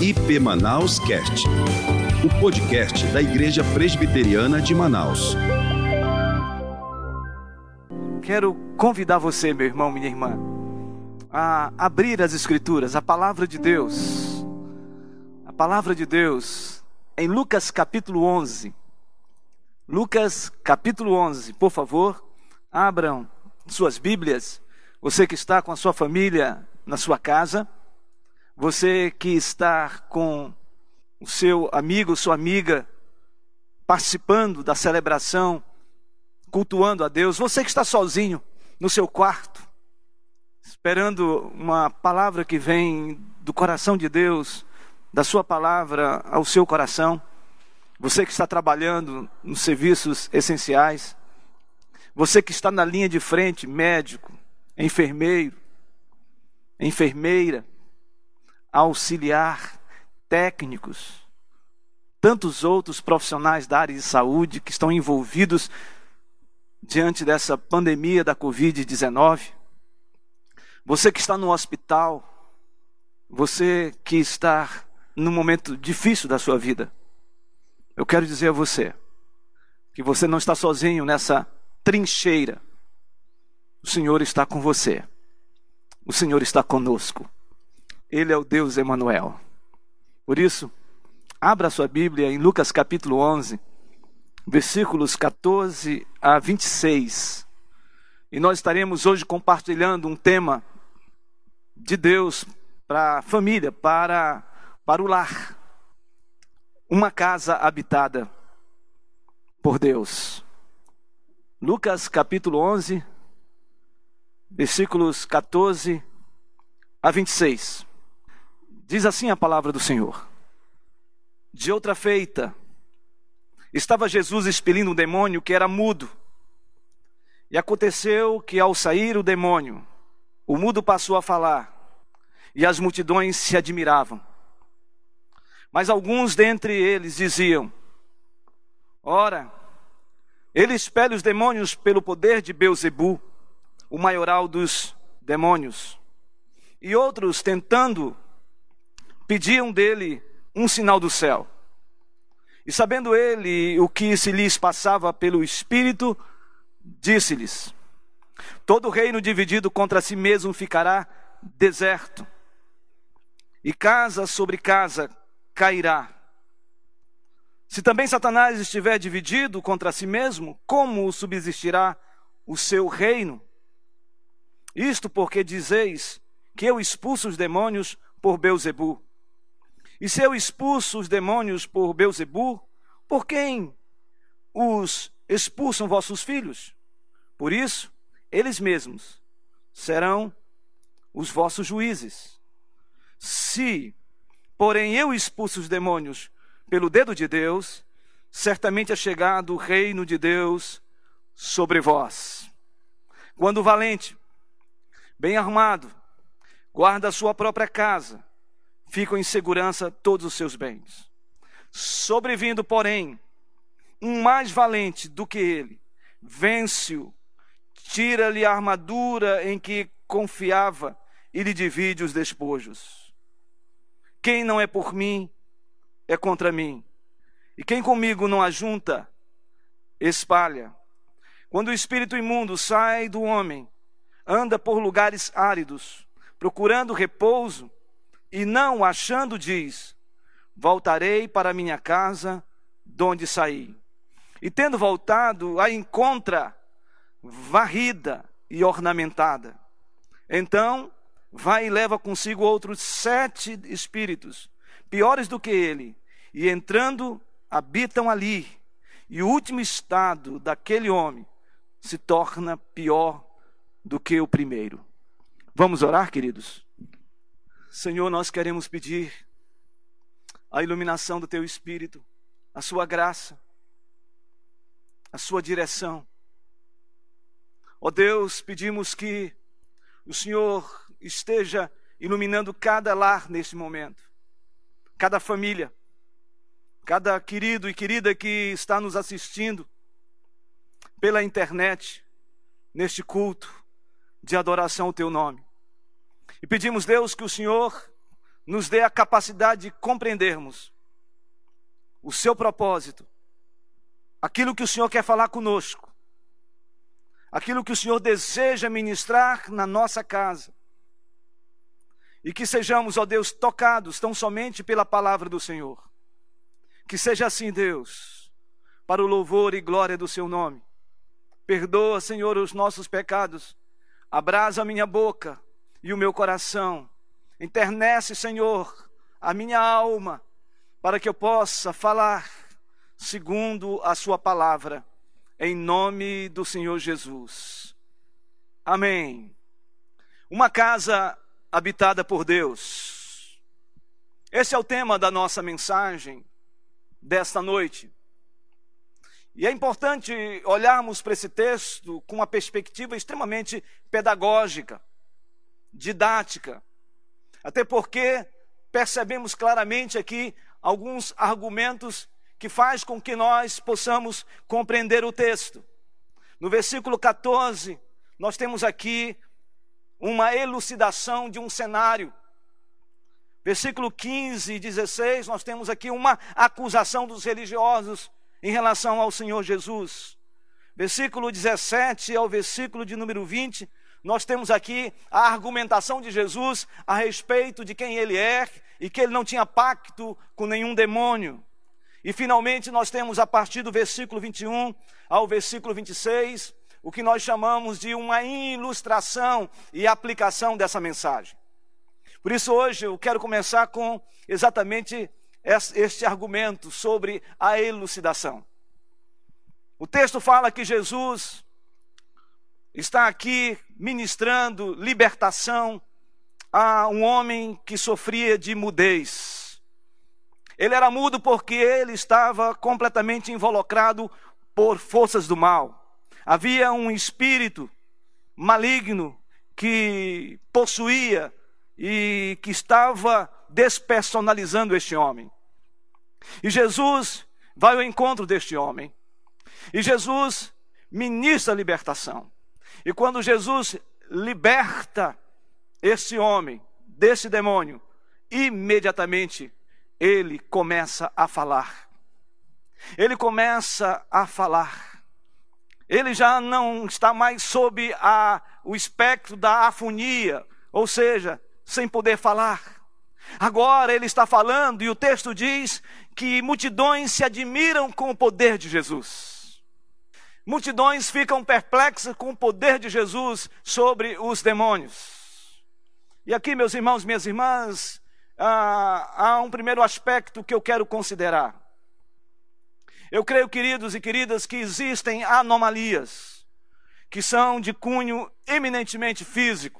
IP Manaus Cast, o podcast da Igreja Presbiteriana de Manaus. Quero convidar você, meu irmão, minha irmã, a abrir as Escrituras, a palavra de Deus. A palavra de Deus em Lucas capítulo 11. Lucas capítulo 11, por favor, abram suas Bíblias. Você que está com a sua família na sua casa, você que está com o seu amigo, sua amiga, participando da celebração, cultuando a Deus, você que está sozinho no seu quarto, esperando uma palavra que vem do coração de Deus, da sua palavra ao seu coração, você que está trabalhando nos serviços essenciais, você que está na linha de frente, médico, enfermeiro, enfermeira, auxiliar, técnicos, tantos outros profissionais da área de saúde que estão envolvidos diante dessa pandemia da Covid-19, você que está no hospital, você que está num momento difícil da sua vida, eu quero dizer a você que você não está sozinho nessa trincheira. O Senhor está com você, o Senhor está conosco, Ele é o Deus Emanuel. Por isso, abra a sua Bíblia em Lucas capítulo 11, versículos 14 a 26. E nós estaremos hoje compartilhando um tema de Deus para a família, para o lar. Uma casa habitada por Deus. Lucas capítulo 11, versículos 14 a 26. Diz assim a palavra do Senhor. De outra feita, estava Jesus expelindo um demônio que era mudo. E aconteceu que ao sair o demônio, o mudo passou a falar, e as multidões se admiravam. Mas alguns dentre eles diziam: ora, ele expele os demônios pelo poder de Beelzebu, o maioral dos demônios. E outros, tentando, pediam dele um sinal do céu. E sabendo ele o que se lhes passava pelo Espírito, disse-lhes: todo reino dividido contra si mesmo ficará deserto, e casa sobre casa cairá. Se também Satanás estiver dividido contra si mesmo, como subsistirá o seu reino? Isto porque dizeis que eu expulso os demônios por Beelzebu. E se eu expulso os demônios por Beelzebu, por quem os expulsam vossos filhos? Por isso, eles mesmos serão os vossos juízes. Se, porém, eu expulso os demônios pelo dedo de Deus, certamente é chegado o reino de Deus sobre vós. Quando o valente, bem armado, guarda a sua própria casa, ficam em segurança todos os seus bens. Sobrevindo, porém, um mais valente do que ele, vence-o, tira-lhe a armadura em que confiava e lhe divide os despojos. Quem não é por mim, é contra mim. E quem comigo não ajunta, espalha. Quando o espírito imundo sai do homem, anda por lugares áridos, procurando repouso, e não achando, diz: voltarei para minha casa, donde saí. E tendo voltado, a encontra varrida e ornamentada. Então vai e leva consigo outros 7 espíritos, piores do que ele, e entrando, habitam ali. E o último estado daquele homem se torna pior do que o primeiro. Vamos orar, queridos? Senhor, nós queremos pedir a iluminação do Teu Espírito, a Sua graça, a Sua direção. Ó Deus, pedimos que o Senhor esteja iluminando cada lar neste momento, cada família, cada querido e querida que está nos assistindo pela internet, neste culto de adoração ao Teu nome. E pedimos, Deus, que o Senhor nos dê a capacidade de compreendermos o seu propósito, aquilo que o Senhor quer falar conosco, aquilo que o Senhor deseja ministrar na nossa casa. E que sejamos, ó Deus, tocados tão somente pela palavra do Senhor. Que seja assim, Deus, para o louvor e glória do seu nome. Perdoa, Senhor, os nossos pecados. Abrasa a minha boca e o meu coração. Enternece, Senhor, a minha alma, para que eu possa falar segundo a sua palavra, em nome do Senhor Jesus. Amém. Uma casa habitada por Deus. Esse é o tema da nossa mensagem desta noite. E é importante olharmos para esse texto com uma perspectiva extremamente pedagógica, didática, até porque percebemos claramente aqui alguns argumentos que faz com que nós possamos compreender o texto. No versículo 14, nós temos aqui uma elucidação de um cenário. Versículo 15 e 16, nós temos aqui uma acusação dos religiosos em relação ao Senhor Jesus. Versículo 17 ao versículo de número 20, nós temos aqui a argumentação de Jesus a respeito de quem ele é e que ele não tinha pacto com nenhum demônio. E finalmente nós temos a partir do versículo 21 ao versículo 26, o que nós chamamos de uma ilustração e aplicação dessa mensagem. Por isso hoje eu quero começar com exatamente este argumento sobre a elucidação. O texto fala que Jesus está aqui ministrando libertação a um homem que sofria de mudez. Ele era mudo porque ele estava completamente involucrado por forças do mal. Havia um espírito maligno que possuía e que estava despersonalizando este homem. E Jesus vai ao encontro deste homem. E Jesus ministra a libertação. E quando Jesus liberta esse homem desse demônio, imediatamente ele começa a falar. Ele começa a falar. Ele já não está mais sob o espectro da afonia, ou seja, sem poder falar. Agora ele está falando e o texto diz que multidões se admiram com o poder de Jesus. Multidões ficam perplexas com o poder de Jesus sobre os demônios. E aqui, meus irmãos, minhas irmãs, há um primeiro aspecto que eu quero considerar. Eu creio, queridos e queridas, que existem anomalias que são de cunho eminentemente físico,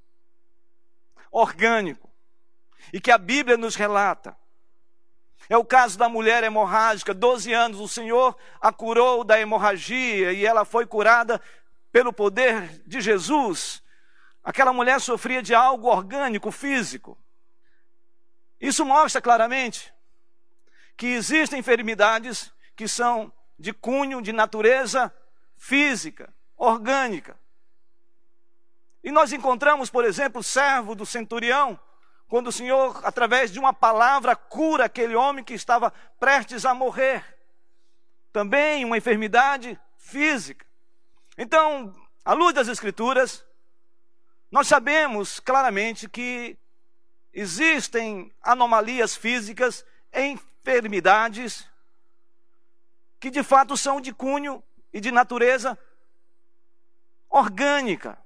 orgânico, e que a Bíblia nos relata. É o caso da mulher hemorrágica, 12 anos, o Senhor a curou da hemorragia e ela foi curada pelo poder de Jesus. Aquela mulher sofria de algo orgânico, físico. Isso mostra claramente que existem enfermidades que são de cunho, de natureza física, orgânica. E nós encontramos, por exemplo, o servo do centurião, quando o Senhor, através de uma palavra, cura aquele homem que estava prestes a morrer. Também uma enfermidade física. Então, à luz das Escrituras, nós sabemos claramente que existem anomalias físicas, enfermidades, que de fato são de cunho e de natureza orgânica.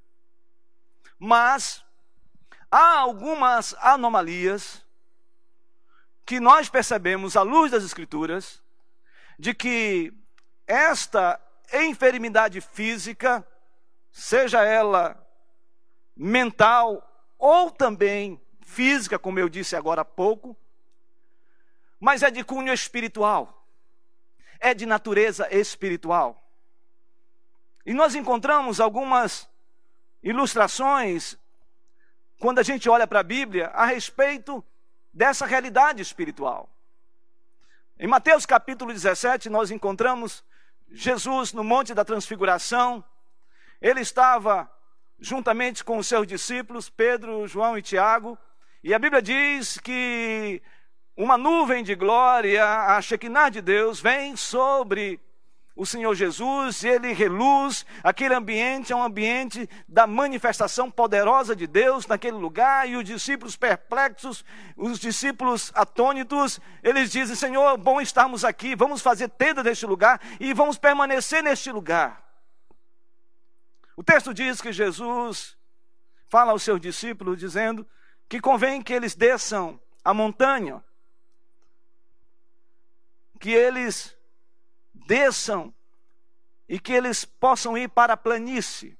Mas há algumas anomalias que nós percebemos à luz das Escrituras, de que esta enfermidade física, seja ela mental ou também física, como eu disse agora há pouco, mas é de cunho espiritual, é de natureza espiritual. E nós encontramos algumas ilustrações, quando a gente olha para a Bíblia, a respeito dessa realidade espiritual. Em Mateus capítulo 17, nós encontramos Jesus no Monte da Transfiguração. Ele estava juntamente com os seus discípulos, Pedro, João e Tiago, E a Bíblia diz que uma nuvem de glória, a Shekinah de Deus, vem sobre o Senhor Jesus, ele reluz. Aquele ambiente é um ambiente da manifestação poderosa de Deus naquele lugar, e os discípulos perplexos, os discípulos atônitos, eles dizem: Senhor, bom estarmos aqui, vamos fazer tenda neste lugar e vamos permanecer neste lugar. O texto diz que Jesus fala aos seus discípulos dizendo que convém que eles desçam a montanha, que eles desçam e que eles possam ir para a planície.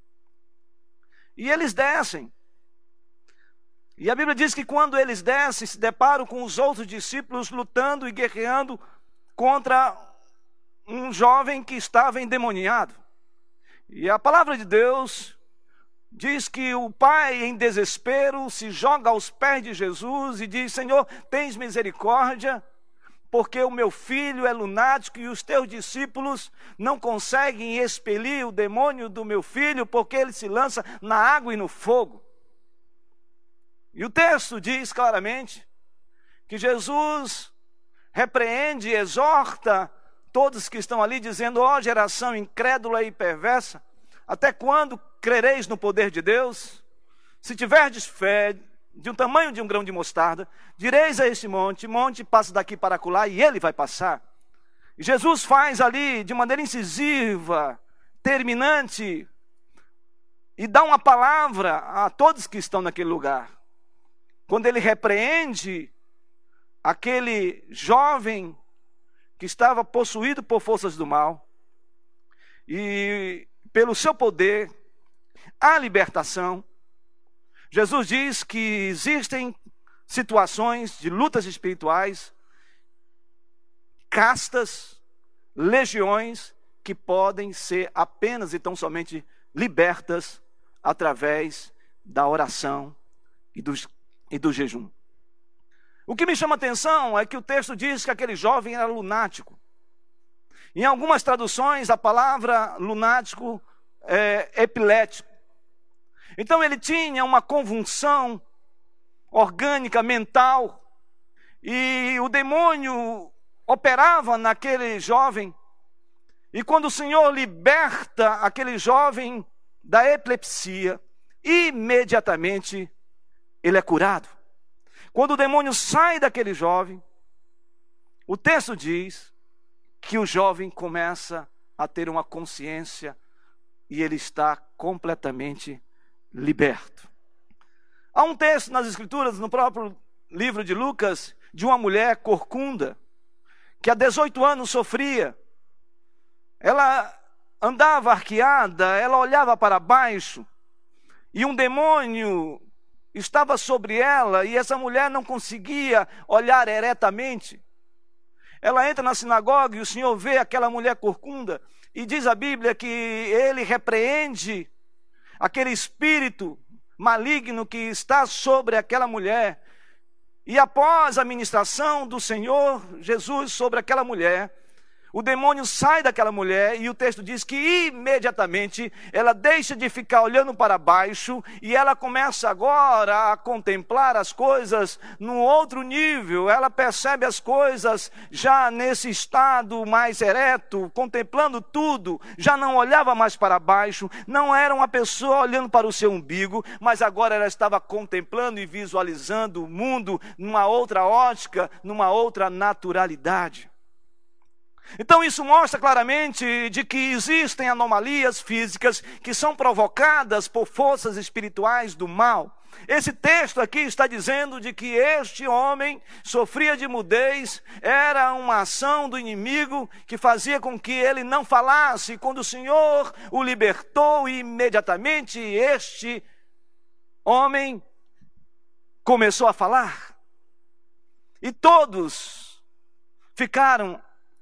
E eles descem. E a Bíblia diz que quando eles descem, se deparam com os outros discípulos lutando e guerreando contra um jovem que estava endemoniado. E a palavra de Deus diz que o pai, em desespero, se joga aos pés de Jesus e diz: Senhor, tens misericórdia, porque o meu filho é lunático e os teus discípulos não conseguem expelir o demônio do meu filho, porque ele se lança na água e no fogo. E o texto diz claramente que Jesus repreende e exorta todos que estão ali, dizendo: ó geração incrédula e perversa, até quando crereis no poder de Deus? Se tiverdes fé de um tamanho de um grão de mostarda, direis a este monte: monte, passa daqui para acolá, e ele vai passar. E Jesus faz ali, de maneira incisiva, terminante, e dá uma palavra a todos que estão naquele lugar. Quando ele repreende aquele jovem que estava possuído por forças do mal, e pelo seu poder, a libertação, Jesus diz que existem situações de lutas espirituais, castas, legiões, que podem ser apenas e tão somente libertas através da oração e do jejum. O que me chama a atenção é que o texto diz que aquele jovem era lunático. Em algumas traduções, a palavra lunático é epilético. Então ele tinha uma convulsão orgânica, mental, e o demônio operava naquele jovem. E quando o Senhor liberta aquele jovem da epilepsia, imediatamente ele é curado. Quando o demônio sai daquele jovem, o texto diz que o jovem começa a ter uma consciência e ele está completamente liberto. Há um texto nas Escrituras, no próprio livro de Lucas, de uma mulher corcunda, que há 18 anos sofria. Ela andava arqueada, ela olhava para baixo, e um demônio estava sobre ela, e essa mulher não conseguia olhar eretamente. Ela entra na sinagoga e o Senhor vê aquela mulher corcunda, e diz a Bíblia que ele repreende aquele espírito maligno que está sobre aquela mulher. E após a ministração do Senhor Jesus sobre aquela mulher, o demônio sai daquela mulher, e o texto diz que imediatamente ela deixa de ficar olhando para baixo, e ela começa agora a contemplar as coisas num outro nível. Ela percebe as coisas já nesse estado mais ereto, contemplando tudo, já não olhava mais para baixo, não era uma pessoa olhando para o seu umbigo, mas agora ela estava contemplando e visualizando o mundo numa outra ótica, numa outra naturalidade. Então isso mostra claramente de que existem anomalias físicas que são provocadas por forças espirituais do mal. Esse texto aqui está dizendo de que este homem sofria de mudez, era uma ação do inimigo que fazia com que ele não falasse. Quando o Senhor o libertou, imediatamente este homem começou a falar. E todos ficaram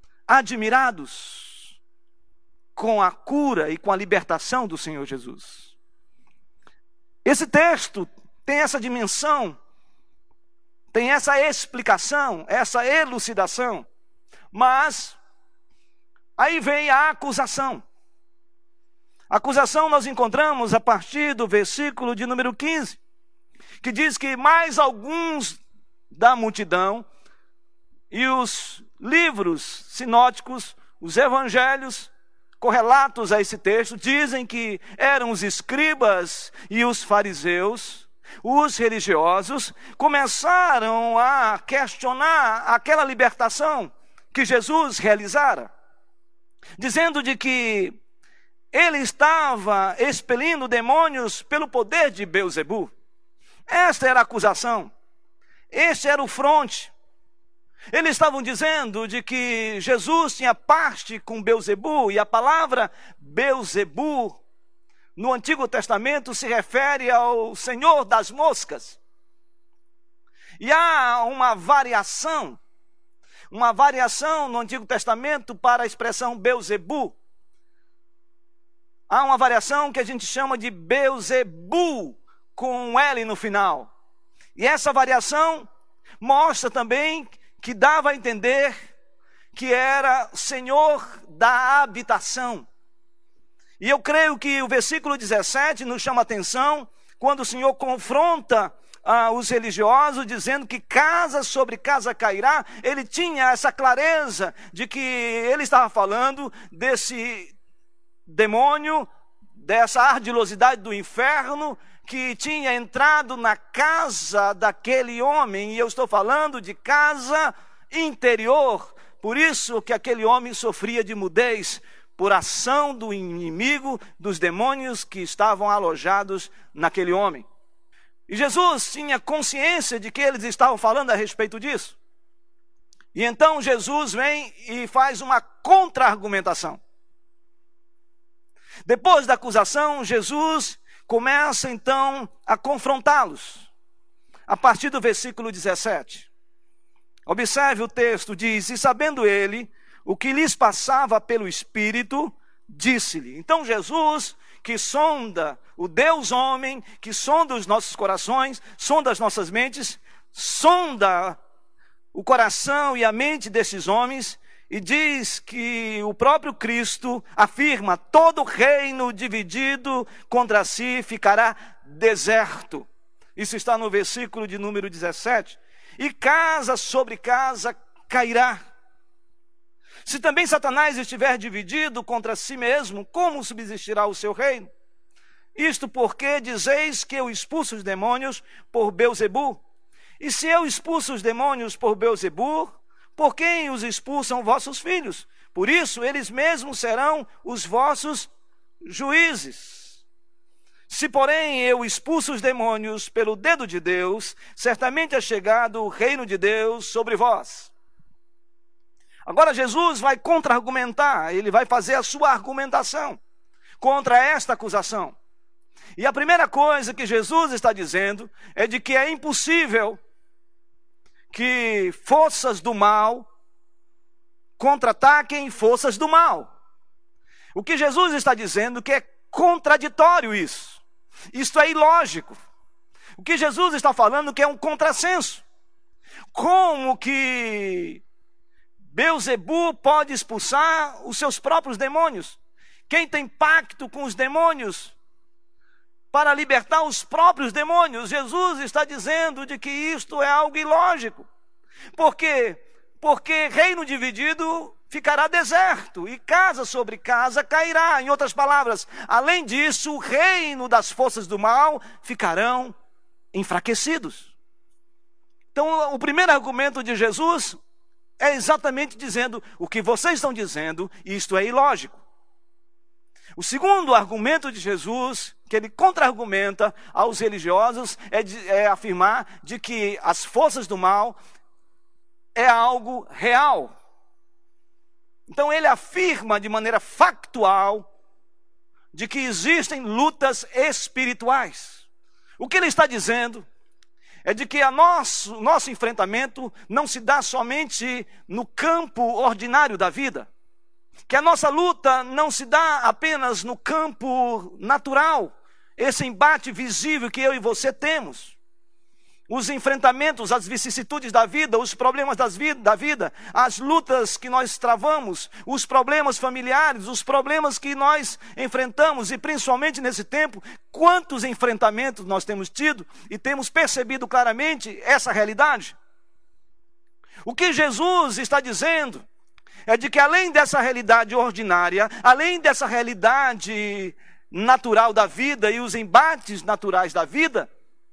admirados com a cura e com a libertação do Senhor Jesus. Esse texto tem essa dimensão, tem essa explicação, essa elucidação, mas aí vem a acusação. A acusação nós encontramos a partir do versículo de número 15, que diz que mais alguns da multidão e os livros sinóticos, os evangelhos correlatos a esse texto, dizem que eram os escribas e os fariseus, os religiosos, começaram a questionar aquela libertação que Jesus realizara, dizendo de que ele estava expelindo demônios pelo poder de Beelzebu. Esta era a acusação, este era o fronte. Eles estavam dizendo de que Jesus tinha parte com Beelzebu, e a palavra Beelzebu no Antigo Testamento se refere ao Senhor das moscas. E há uma variação no Antigo Testamento para a expressão Beelzebu. Há uma variação que a gente chama de Beelzebu, com um L no final. E essa variação mostra também que dava a entender que era Senhor da habitação. E eu creio que o versículo 17 nos chama a atenção, quando o Senhor confronta os religiosos, dizendo que casa sobre casa cairá. Ele tinha essa clareza de que ele estava falando desse demônio, dessa ardilosidade do inferno, que tinha entrado na casa daquele homem, e eu estou falando de casa interior. Por isso que aquele homem sofria de mudez, por ação do inimigo, dos demônios que estavam alojados naquele homem. E Jesus tinha consciência de que eles estavam falando a respeito disso. E então Jesus vem e faz uma contra-argumentação. Depois da acusação, Jesus começa então a confrontá-los, a partir do versículo 17. Observe o texto, diz: e sabendo ele o que lhes passava pelo Espírito, disse-lhe. Então Jesus, que sonda o Deus homem, que sonda os nossos corações, sonda as nossas mentes, sonda o coração e a mente desses homens, e diz que o próprio Cristo afirma: todo reino dividido contra si ficará deserto. Isso está no versículo de número 17. E casa sobre casa cairá. Se também Satanás estiver dividido contra si mesmo, como subsistirá o seu reino? Isto porque dizeis que eu expulso os demônios por Beelzebu. E se eu expulso os demônios por Beelzebu, por quem os expulsam vossos filhos? Por isso, eles mesmos serão os vossos juízes. Se, porém, eu expulso os demônios pelo dedo de Deus, certamente é chegado o reino de Deus sobre vós. Agora Jesus vai contra-argumentar, ele vai fazer a sua argumentação contra esta acusação. E a primeira coisa que Jesus está dizendo é de que é impossível que forças do mal contra-ataquem forças do mal. O que Jesus está dizendo é que é contraditório isso. Isto é ilógico. O que Jesus está falando é que é um contrassenso. Como que Beelzebu pode expulsar os seus próprios demônios? Quem tem pacto com os demônios para libertar os próprios demônios? Jesus está dizendo de que isto é algo ilógico. Por quê? Porque reino dividido ficará deserto e casa sobre casa cairá. Em outras palavras, além disso, o reino das forças do mal ficarão enfraquecidos. Então, o primeiro argumento de Jesus é exatamente dizendo: o que vocês estão dizendo, isto é ilógico. O segundo argumento de Jesus, que ele contra-argumenta aos religiosos, é afirmar de que as forças do mal é algo real. Então ele afirma de maneira factual de que existem lutas espirituais. O que ele está dizendo é de que nosso enfrentamento não se dá somente no campo ordinário da vida. Que a nossa luta não se dá apenas no campo natural, esse embate visível que eu e você temos. os enfrentamentos, as vicissitudes da vida, os problemas da vida, as lutas que nós travamos, os problemas familiares, os problemas que nós enfrentamos, e principalmente nesse tempo, quantos enfrentamentos nós temos tido e temos percebido claramente essa realidade. O que Jesus está dizendo é de que além dessa realidade ordinária, além dessa realidade natural da vida e os embates naturais da vida,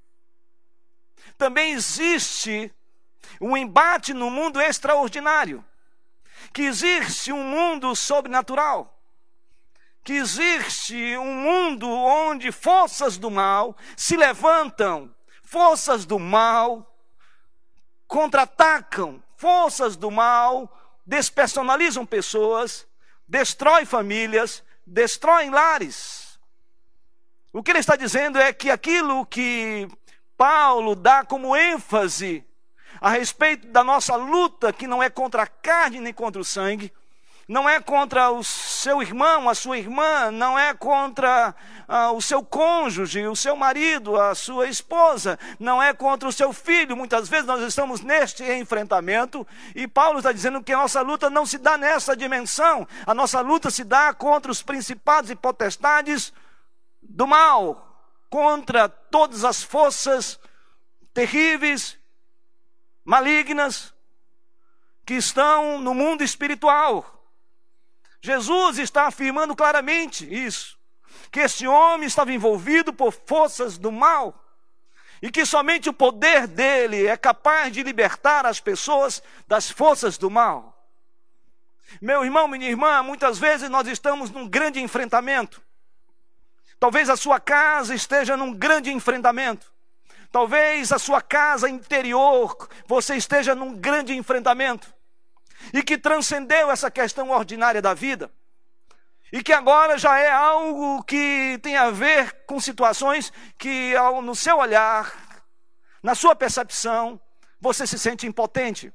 também existe um embate no mundo extraordinário, que existe um mundo sobrenatural, que existe um mundo onde forças do mal se levantam, forças do mal contra-atacam, forças do mal despersonalizam pessoas, destroem famílias, destroem lares. O que ele está dizendo é que aquilo que Paulo dá como ênfase a respeito da nossa luta, que não é contra a carne nem contra o sangue, não é contra o seu irmão, a sua irmã, não é contra o seu cônjuge, o seu marido, a sua esposa, não é contra o seu filho. Muitas vezes nós estamos neste enfrentamento e Paulo está dizendo que a nossa luta não se dá nessa dimensão, a nossa luta se dá contra os principados e potestades do mal, contra todas as forças terríveis, malignas, que estão no mundo espiritual. Jesus está afirmando claramente isso, que esse homem estava envolvido por forças do mal, e que somente o poder dele é capaz de libertar as pessoas das forças do mal. Meu irmão, minha irmã, muitas vezes nós estamos num grande enfrentamento. Talvez a sua casa esteja num grande enfrentamento. Talvez a sua casa interior, você esteja num grande enfrentamento. E que transcendeu essa questão ordinária da vida. E que agora já é algo que tem a ver com situações que, no seu olhar, na sua percepção, você se sente impotente.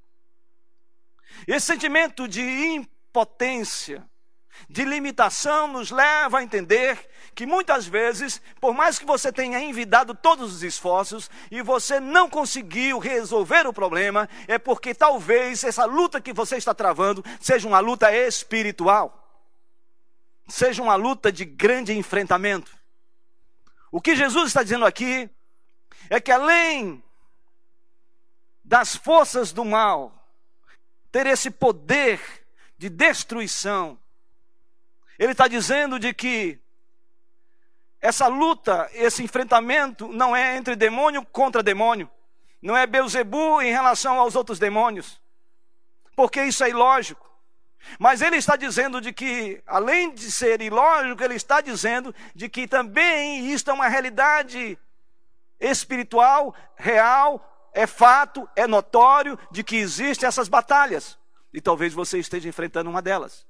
Esse sentimento de impotência, de limitação, nos leva a entender que muitas vezes, por mais que você tenha envidado todos os esforços e você não conseguiu resolver o problema, é porque talvez essa luta que você está travando seja uma luta espiritual, seja uma luta de grande enfrentamento. O que Jesus está dizendo aqui é que além das forças do mal ter esse poder de destruição, ele está dizendo de que essa luta, esse enfrentamento não é entre demônio contra demônio. Não é Beelzebu em relação aos outros demônios. Porque isso é ilógico. Mas ele está dizendo de que, além de ser ilógico, ele está dizendo de que também isto é uma realidade espiritual, real, é fato, é notório de que existem essas batalhas. E talvez você esteja enfrentando uma delas.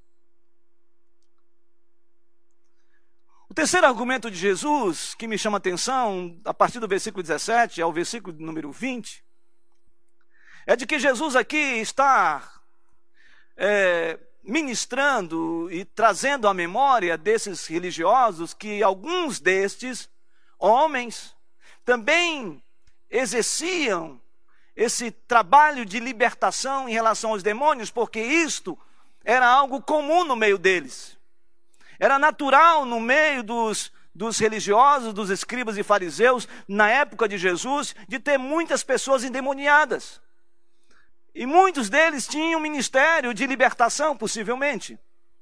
O terceiro argumento de Jesus, que me chama a atenção, a partir do versículo 17 ao versículo número 20, é de que Jesus aqui está ministrando e trazendo à memória desses religiosos que alguns destes homens também exerciam esse trabalho de libertação em relação aos demônios, porque isto era algo comum no meio deles. Era natural no meio dos religiosos, dos escribas e fariseus, na época de Jesus, de ter muitas pessoas endemoniadas. E muitos deles tinham um ministério de libertação, possivelmente.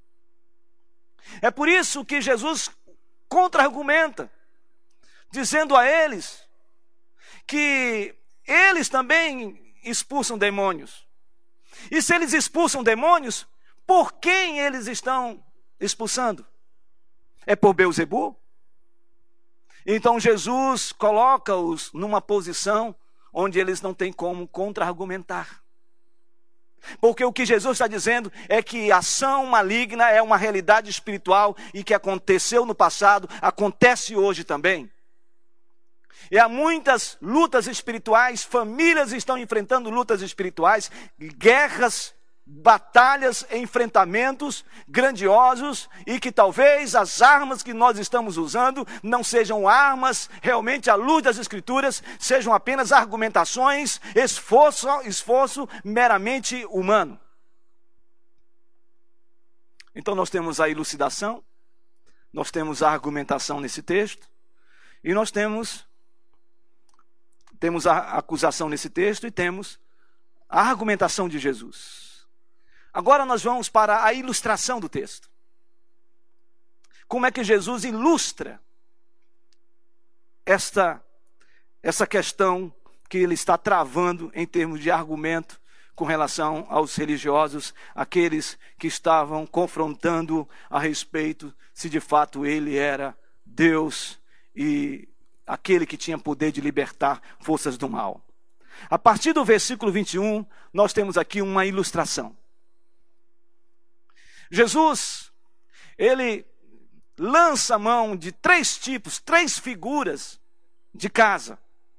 É por isso que Jesus contra-argumenta, dizendo a eles que eles também expulsam demônios. E se eles expulsam demônios, por quem eles estão expulsando? É por Beelzebu? Então Jesus coloca-os numa posição onde eles não têm como contra-argumentar. Porque o que Jesus está dizendo é que a ação maligna é uma realidade espiritual e que aconteceu no passado, acontece hoje também. E há muitas lutas espirituais, famílias estão enfrentando lutas espirituais, guerras batalhas, enfrentamentos grandiosos, e que talvez as armas que nós estamos usando não sejam armas realmente à luz das Escrituras, sejam apenas argumentações, esforço meramente humano. Então nós temos a elucidação, nós temos a argumentação nesse texto, e nós temos a acusação nesse texto, e temos a argumentação de Jesus. Agora nós vamos para a ilustração do texto. Como é que Jesus ilustra essa questão que ele está travando em termos de argumento com relação aos religiosos, aqueles que estavam confrontando a respeito se de fato ele era Deus e aquele que tinha poder de libertar forças do mal. A partir do versículo 21, nós temos aqui uma ilustração. Jesus, ele lança mão de três figuras de casa.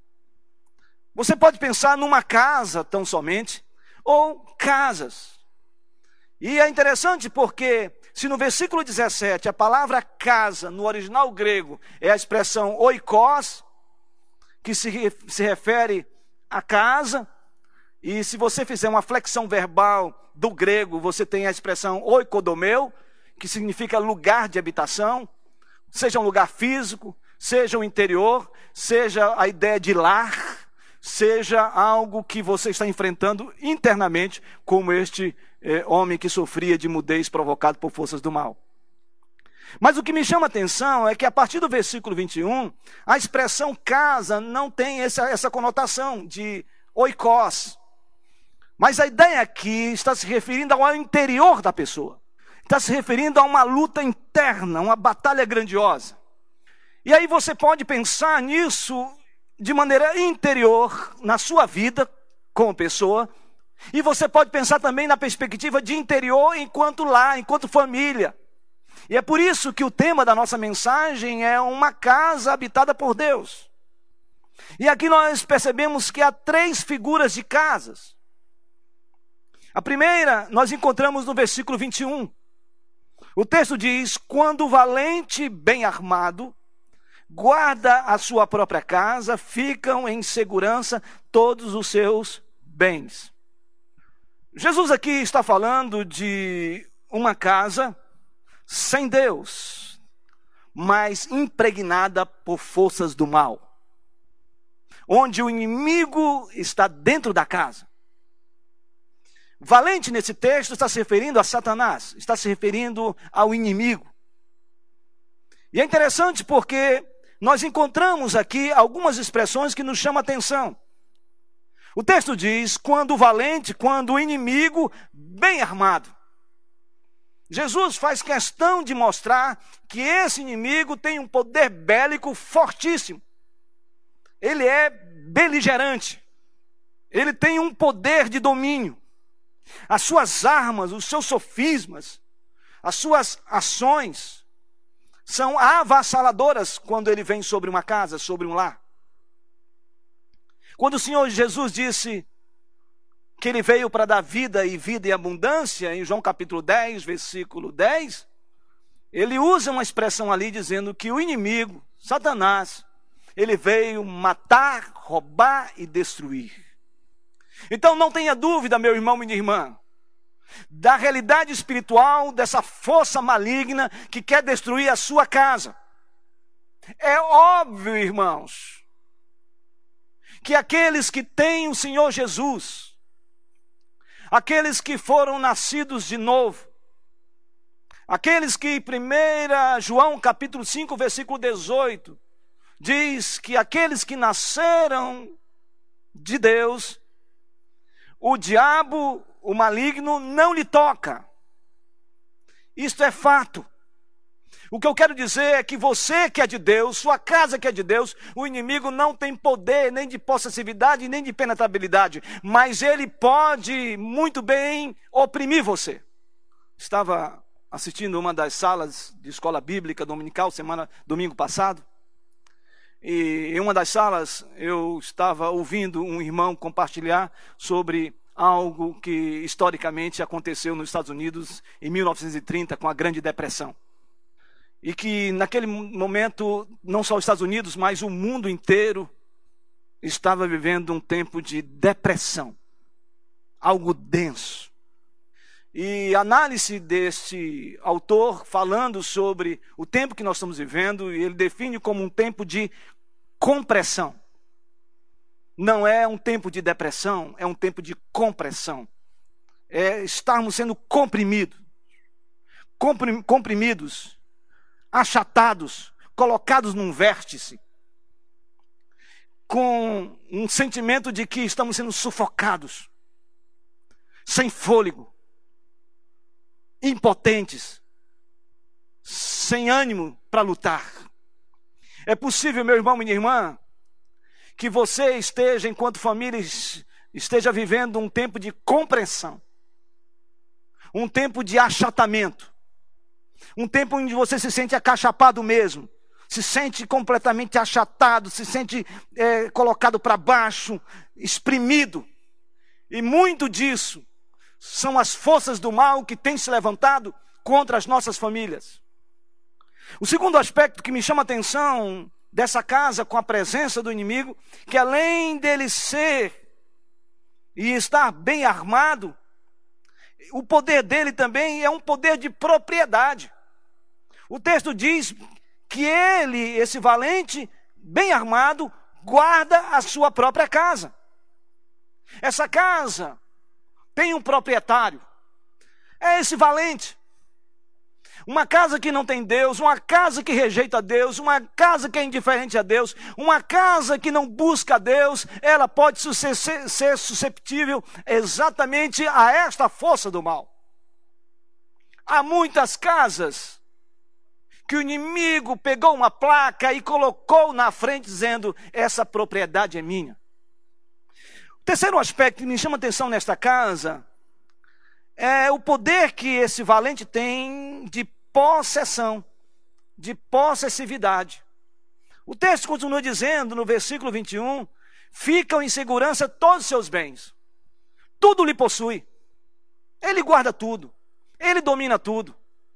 Você pode pensar numa casa tão somente, ou casas. E é interessante porque, se no versículo 17, a palavra casa, no original grego, é a expressão oikos, que se refere à casa, e se você fizer uma flexão verbal do grego, você tem a expressão oikodomeu, que significa lugar de habitação, seja um lugar físico, seja um interior, seja a ideia de lar, seja algo que você está enfrentando internamente, como este homem que sofria de mudez provocado por forças do mal. Mas o que me chama a atenção é que a partir do versículo 21, a expressão casa não tem essa conotação de oikos. Mas a ideia aqui está se referindo ao interior da pessoa. Está se referindo a uma luta interna, uma batalha grandiosa. E aí você pode pensar nisso de maneira interior, na sua vida como pessoa. E você pode pensar também na perspectiva de interior enquanto lar, enquanto família. E é por isso que o tema da nossa mensagem é uma casa habitada por Deus. E aqui nós percebemos que há três figuras de casas. A primeira nós encontramos no versículo 21. O texto diz: quando o valente bem armado guarda a sua própria casa, ficam em segurança todos os seus bens. Jesus aqui está falando de uma casa sem Deus, mas impregnada por forças do mal, onde o inimigo está dentro da casa. Valente nesse texto está se referindo a Satanás, está se referindo ao inimigo. E é interessante porque nós encontramos aqui algumas expressões que nos chamam a atenção. O texto diz: quando o valente, quando o inimigo bem armado. Jesus faz questão de mostrar que esse inimigo tem um poder bélico fortíssimo. Ele é beligerante. Ele tem um poder de domínio. As suas armas, os seus sofismas, as suas ações são avassaladoras quando ele vem sobre uma casa, sobre um lar. Quando o Senhor Jesus disse que ele veio para dar vida e abundância, em João capítulo 10, versículo 10, ele usa uma expressão ali dizendo que o inimigo, Satanás, ele veio matar, roubar e destruir. Então não tenha dúvida, meu irmão e minha irmã, da realidade espiritual dessa força maligna que quer destruir a sua casa. É óbvio, irmãos, que aqueles que têm o Senhor Jesus, aqueles que foram nascidos de novo, aqueles que 1 João capítulo 5, versículo 18, diz que aqueles que nasceram de Deus, o diabo, o maligno, não lhe toca. Isto é fato. O que eu quero dizer é que você que é de Deus, sua casa que é de Deus, o inimigo não tem poder nem de possessividade, nem de penetrabilidade, mas ele pode muito bem oprimir você. Estava assistindo uma das salas de escola bíblica dominical, domingo passado, e em uma das salas eu estava ouvindo um irmão compartilhar sobre algo que historicamente aconteceu nos Estados Unidos em 1930 com a Grande Depressão. E que naquele momento, não só os Estados Unidos, mas o mundo inteiro estava vivendo um tempo de depressão, algo denso. E a análise deste autor falando sobre o tempo que nós estamos vivendo, ele define como um tempo de compressão. Não é um tempo de depressão, é um tempo de compressão. É estarmos sendo comprimidos, achatados, colocados num vértice, com um sentimento de que estamos sendo sufocados, sem fôlego, impotentes, sem ânimo para lutar. É possível, meu irmão, minha irmã, que você esteja, enquanto família, esteja vivendo um tempo de compressão, um tempo de achatamento, um tempo onde você se sente acachapado mesmo, se sente completamente achatado, se sente colocado para baixo, exprimido. E muito disso são as forças do mal que têm se levantado contra as nossas famílias. O segundo aspecto que me chama a atenção dessa casa com a presença do inimigo, que além dele ser e estar bem armado, o poder dele também é um poder de propriedade. O texto diz que ele, esse valente, bem armado, guarda a sua própria casa. Essa casa tem um proprietário, é esse valente. Uma casa que não tem Deus, uma casa que rejeita Deus, uma casa que é indiferente a Deus, uma casa que não busca Deus, ela pode ser susceptível exatamente a esta força do mal. Há muitas casas que o inimigo pegou uma placa e colocou na frente dizendo, essa propriedade é minha. O terceiro aspecto que me chama a atenção nesta casa é o poder que esse valente tem de possessão, de possessividade. O texto continua dizendo no versículo 21, ficam em segurança todos os seus bens. Tudo lhe possui. Ele guarda tudo. Ele domina tudo.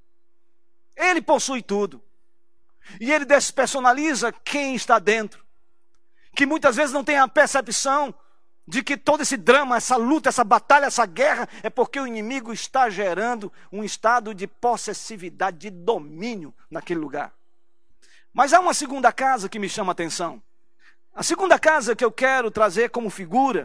Ele possui tudo. E ele despersonaliza quem está dentro. Que muitas vezes não tem a percepção de que todo esse drama, essa luta, essa batalha, essa guerra, é porque o inimigo está gerando um estado de possessividade, de domínio naquele lugar. Mas há uma segunda casa que me chama a atenção. A segunda casa que eu quero trazer como figura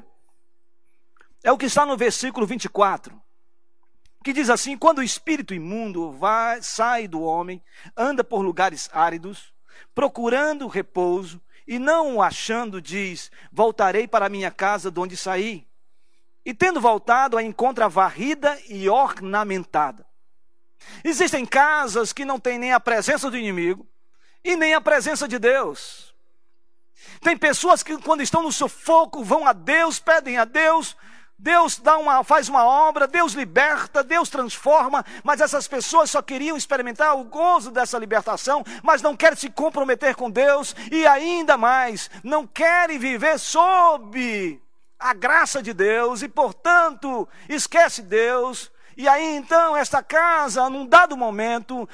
é o que está no versículo 24. Que diz assim, quando o espírito imundo sai do homem, anda por lugares áridos, procurando repouso, e não o achando, diz, voltarei para a minha casa de onde saí. E tendo voltado, a encontra varrida e ornamentada. Existem casas que não têm nem a presença do inimigo, e nem a presença de Deus. Tem pessoas que quando estão no sufoco, vão a Deus, pedem a Deus, Deus faz uma obra, Deus liberta, Deus transforma, mas essas pessoas só queriam experimentar o gozo dessa libertação, mas não querem se comprometer com Deus, e ainda mais, não querem viver sob a graça de Deus, e portanto, esquece Deus. E aí então, esta casa, num dado momento,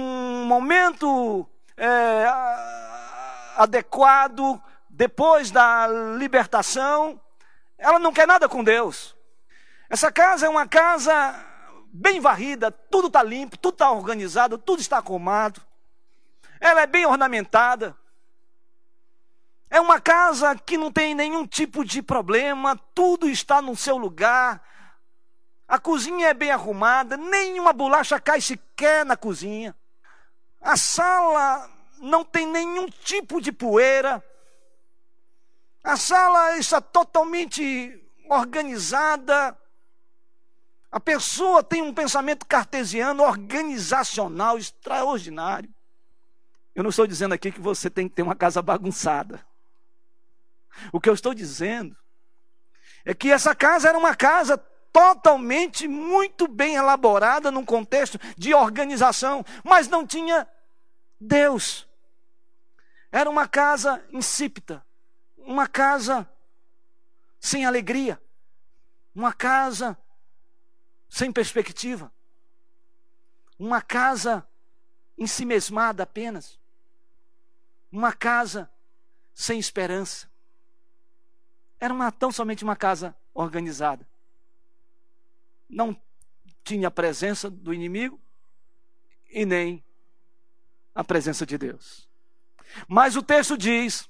adequado, depois da libertação, ela não quer nada com Deus. Essa casa é uma casa bem varrida, tudo está limpo, tudo está organizado, tudo está arrumado. Ela é bem ornamentada. É uma casa que não tem nenhum tipo de problema, tudo está no seu lugar. A cozinha é bem arrumada, nenhuma bolacha cai sequer na cozinha. A sala não tem nenhum tipo de poeira. A sala está totalmente organizada. A pessoa tem um pensamento cartesiano, organizacional, extraordinário. Eu não estou dizendo aqui que você tem que ter uma casa bagunçada. O que eu estou dizendo é que essa casa era uma casa totalmente, muito bem elaborada num contexto de organização, mas não tinha Deus. Era uma casa insípida. Uma casa sem alegria. Uma casa sem perspectiva. Uma casa ensimesmada apenas. Uma casa sem esperança. Era tão somente uma casa organizada. Não tinha a presença do inimigo e nem a presença de Deus. Mas o texto diz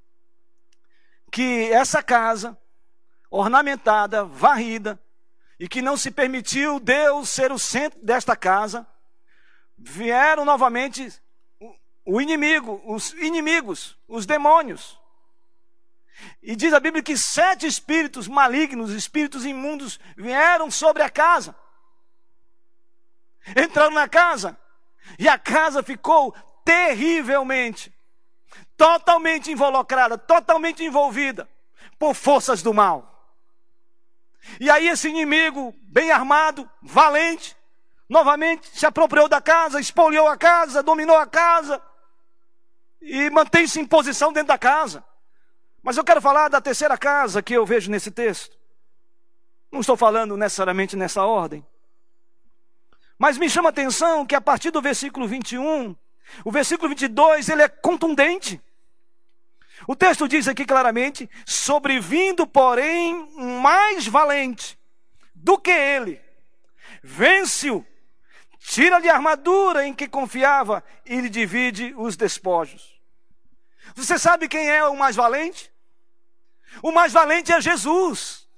que essa casa, ornamentada, varrida, e que não se permitiu Deus ser o centro desta casa, vieram novamente o inimigo, os inimigos, os demônios. E diz a Bíblia que 7 espíritos malignos, espíritos imundos, vieram sobre a casa. Entraram na casa, e a casa ficou terrivelmente, totalmente involucrada, totalmente envolvida por forças do mal. E aí esse inimigo, bem armado, valente, novamente se apropriou da casa, espoliou a casa, dominou a casa e mantém-se em posição dentro da casa. Mas eu quero falar da terceira casa que eu vejo nesse texto. Não estou falando necessariamente nessa ordem. Mas me chama a atenção que a partir do versículo 21, o versículo 22, ele é contundente. O texto diz aqui claramente: sobrevindo, porém, um mais valente do que ele, vence-o, tira-lhe a armadura em que confiava e lhe divide os despojos. Você sabe quem é o mais valente? O mais valente é Jesus.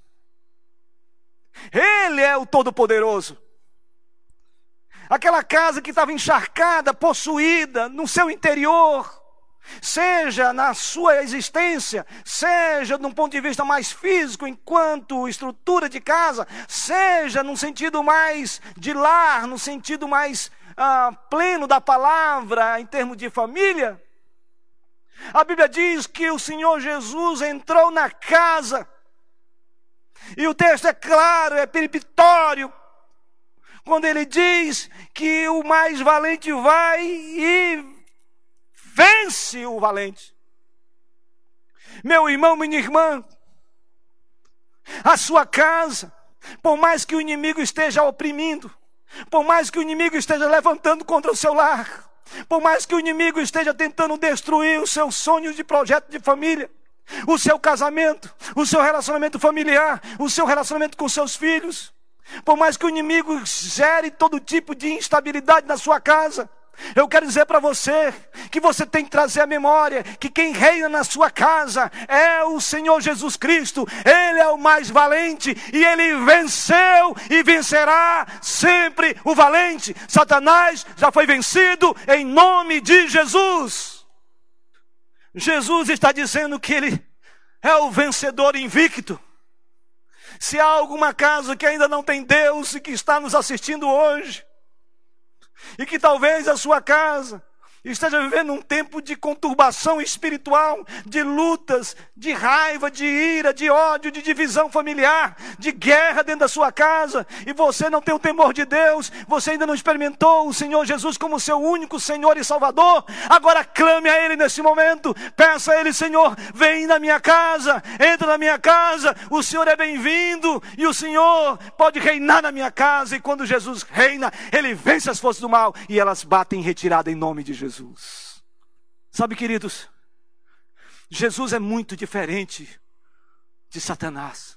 Ele é o Todo-Poderoso. Aquela casa que estava encharcada, possuída no seu interior, seja na sua existência, seja de um ponto de vista mais físico, enquanto estrutura de casa, seja num sentido mais de lar, no sentido mais pleno da palavra, em termos de família. A Bíblia diz que o Senhor Jesus entrou na casa, e o texto é claro, é peremptório, quando ele diz que o mais valente vai e vence o valente. Meu irmão, minha irmã, a sua casa, por mais que o inimigo esteja oprimindo, por mais que o inimigo esteja levantando contra o seu lar, por mais que o inimigo esteja tentando destruir os seus sonhos de projeto de família, o seu casamento, o seu relacionamento familiar, o seu relacionamento com seus filhos, por mais que o inimigo gere todo tipo de instabilidade na sua casa, eu quero dizer para você que você tem que trazer à memória que quem reina na sua casa é o Senhor Jesus Cristo. Ele é o mais valente e ele venceu e vencerá sempre o valente. Satanás já foi vencido em nome de Jesus. Jesus está dizendo que ele é o vencedor invicto. Se há alguma casa que ainda não tem Deus e que está nos assistindo hoje, e que talvez a sua casa esteja vivendo um tempo de conturbação espiritual, de lutas, de raiva, de ira, de ódio, de divisão familiar, de guerra dentro da sua casa, e você não tem o temor de Deus, você ainda não experimentou o Senhor Jesus como seu único Senhor e Salvador, agora clame a Ele nesse momento, peça a Ele: Senhor, vem na minha casa, entra na minha casa, o Senhor é bem-vindo, e o Senhor pode reinar na minha casa, e quando Jesus reina, Ele vence as forças do mal, e elas batem em retirada em nome de Jesus. Sabe, queridos, Jesus é muito diferente de Satanás.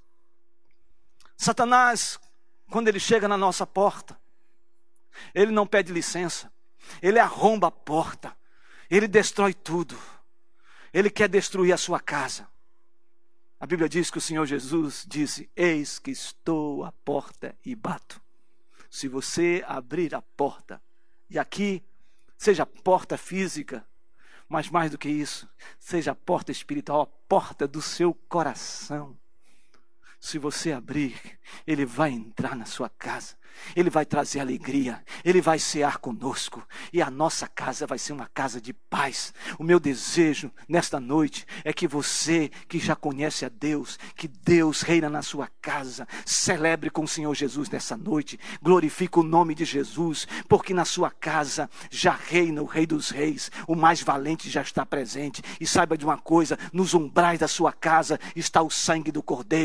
Satanás, quando ele chega na nossa porta, ele não pede licença, ele arromba a porta, ele destrói tudo, ele quer destruir a sua casa. A Bíblia diz que o Senhor Jesus disse: eis que estou à porta e bato. Se você abrir a porta, e aqui seja a porta física, mas mais do que isso, seja a porta espiritual, a porta do seu coração. Se você abrir, Ele vai entrar na sua casa, Ele vai trazer alegria, Ele vai cear conosco, e a nossa casa vai ser uma casa de paz. O meu desejo nesta noite é que você, que já conhece a Deus, que Deus reina na sua casa, celebre com o Senhor Jesus nessa noite, glorifique o nome de Jesus, porque na sua casa já reina o Rei dos Reis, o mais valente já está presente. E saiba de uma coisa: nos umbrais da sua casa está o sangue do Cordeiro, o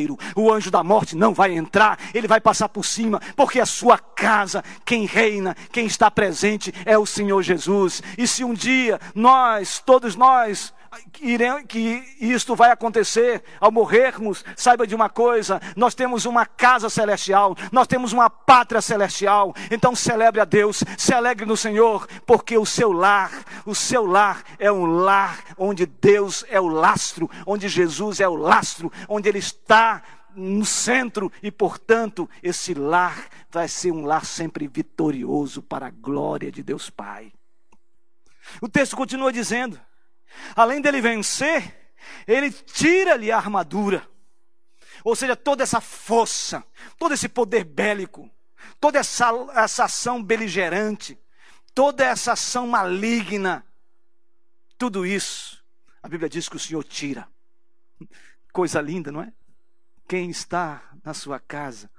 o anjo da morte não vai entrar, ele vai passar por cima, porque a sua casa, quem reina, quem está presente é o Senhor Jesus. E se um dia todos nós, que isto vai acontecer ao morrermos, saiba de uma coisa: nós temos uma casa celestial, nós temos uma pátria celestial. Então celebre a Deus, se alegre no Senhor, porque o seu lar é um lar onde Deus é o lastro, onde Jesus é o lastro, onde Ele está no centro, e portanto esse lar vai ser um lar sempre vitorioso para a glória de Deus Pai. O texto continua dizendo: além dele vencer, ele tira-lhe a armadura. Ou seja, toda essa força, todo esse poder bélico, toda essa ação beligerante, toda essa ação maligna, tudo isso, a Bíblia diz que o Senhor tira. Coisa linda, não é? Quem está na sua casa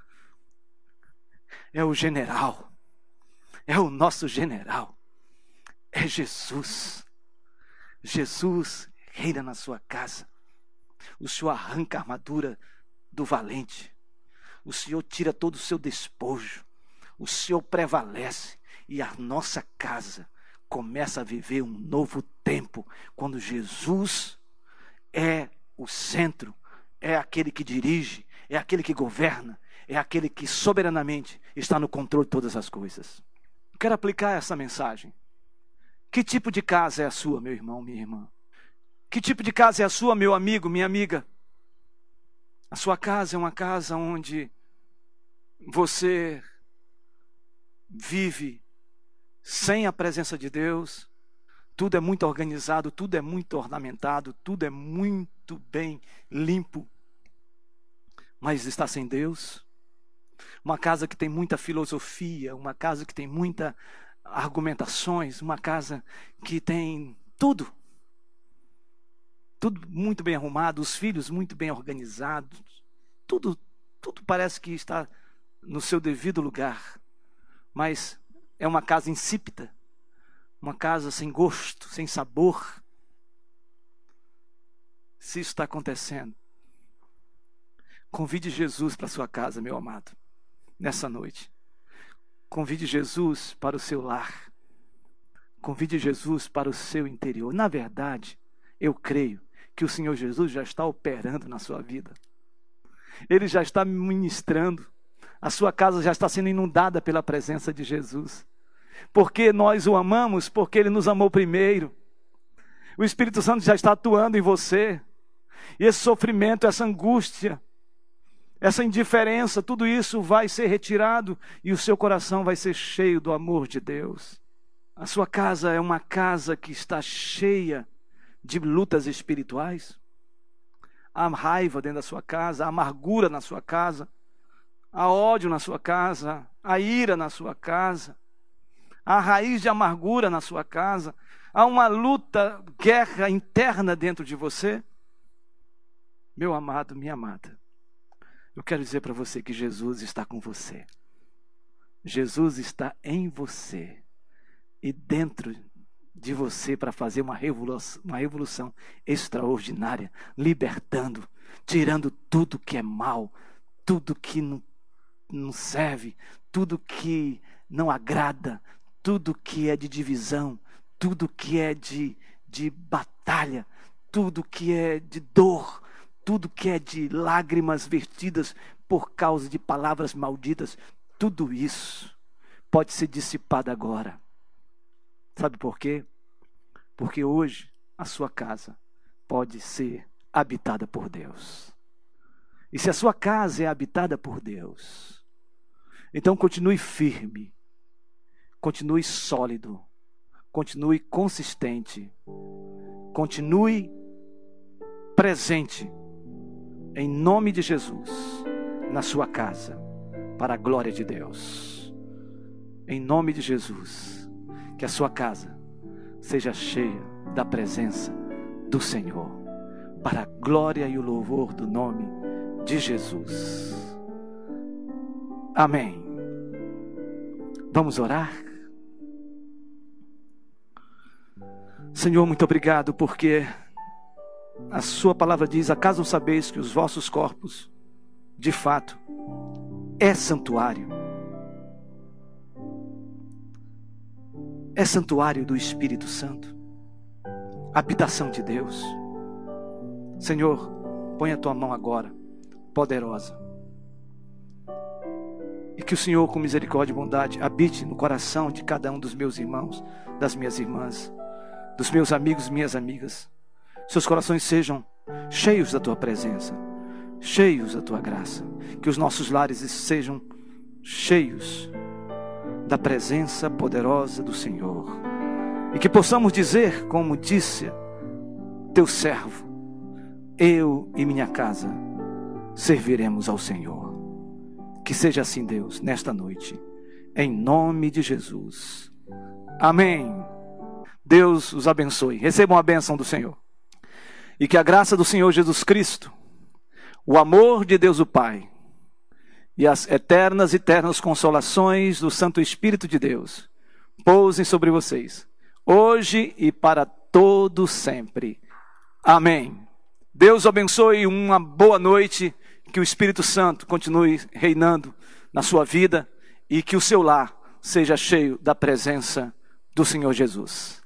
é o general, é o nosso general, é Jesus. Jesus reina na sua casa. O Senhor arranca a armadura do valente. O Senhor tira todo o seu despojo. O Senhor prevalece. E a nossa casa começa a viver um novo tempo, quando Jesus é o centro, é aquele que dirige, é aquele que governa, é aquele que soberanamente está no controle de todas as coisas. Quero aplicar essa mensagem. Que tipo de casa é a sua, meu irmão, minha irmã? Que tipo de casa é a sua, meu amigo, minha amiga? A sua casa é uma casa onde você vive sem a presença de Deus. Tudo é muito organizado, tudo é muito ornamentado, tudo é muito bem limpo, mas está sem Deus. Uma casa que tem muita filosofia, uma casa que tem muitas argumentações, uma casa que tem tudo muito bem arrumado, os filhos muito bem organizados, tudo parece que está no seu devido lugar, mas é uma casa insípida, uma casa sem gosto, sem sabor. Se isso está acontecendo, convide Jesus para a sua casa, meu amado, nessa noite. Convide Jesus para o seu lar. Convide Jesus para o seu interior. Na verdade, eu creio que o Senhor Jesus já está operando na sua vida. Ele já está ministrando. A sua casa já está sendo inundada pela presença de Jesus. Porque nós o amamos, porque Ele nos amou primeiro. O Espírito Santo já está atuando em você. E esse sofrimento, essa angústia, essa indiferença, tudo isso vai ser retirado e o seu coração vai ser cheio do amor de Deus. A sua casa é uma casa que está cheia de lutas espirituais. Há raiva dentro da sua casa, há amargura na sua casa, há ódio na sua casa, há ira na sua casa, há raiz de amargura na sua casa, há uma luta, guerra interna dentro de você. Meu amado, minha amada, eu quero dizer para você que Jesus está com você. Jesus está em você e dentro de você para fazer uma revolução extraordinária, libertando, tirando tudo que é mal, tudo que não serve, tudo que não agrada, tudo que é de divisão, tudo que é de batalha, tudo que é de dor, tudo que é de lágrimas vertidas por causa de palavras malditas, tudo isso pode ser dissipado agora. Sabe por quê? Porque hoje a sua casa pode ser habitada por Deus. E se a sua casa é habitada por Deus, então continue firme, continue sólido, continue consistente, continue presente, em nome de Jesus, na sua casa, para a glória de Deus. Em nome de Jesus, que a sua casa seja cheia da presença do Senhor, para a glória e o louvor do nome de Jesus. Amém. Vamos orar? Senhor, muito obrigado, porque a sua palavra diz: acaso não sabeis que os vossos corpos de fato, é santuário. É santuário do Espírito Santo, habitação de Deus. Senhor, põe a tua mão agora, poderosa. E que o Senhor, com misericórdia e bondade, habite no coração de cada um dos meus irmãos, das minhas irmãs, dos meus amigos e minhas amigas. Seus corações sejam cheios da tua presença, cheios da tua graça. Que os nossos lares sejam cheios da presença poderosa do Senhor. E que possamos dizer, como disse teu servo: eu e minha casa serviremos ao Senhor. Que seja assim, Deus, nesta noite, em nome de Jesus. Amém. Deus os abençoe. Recebam a bênção do Senhor. E que a graça do Senhor Jesus Cristo, o amor de Deus o Pai e as eternas consolações do Santo Espírito de Deus pousem sobre vocês, hoje e para todo sempre. Amém. Deus abençoe, uma boa noite, que o Espírito Santo continue reinando na sua vida e que o seu lar seja cheio da presença do Senhor Jesus.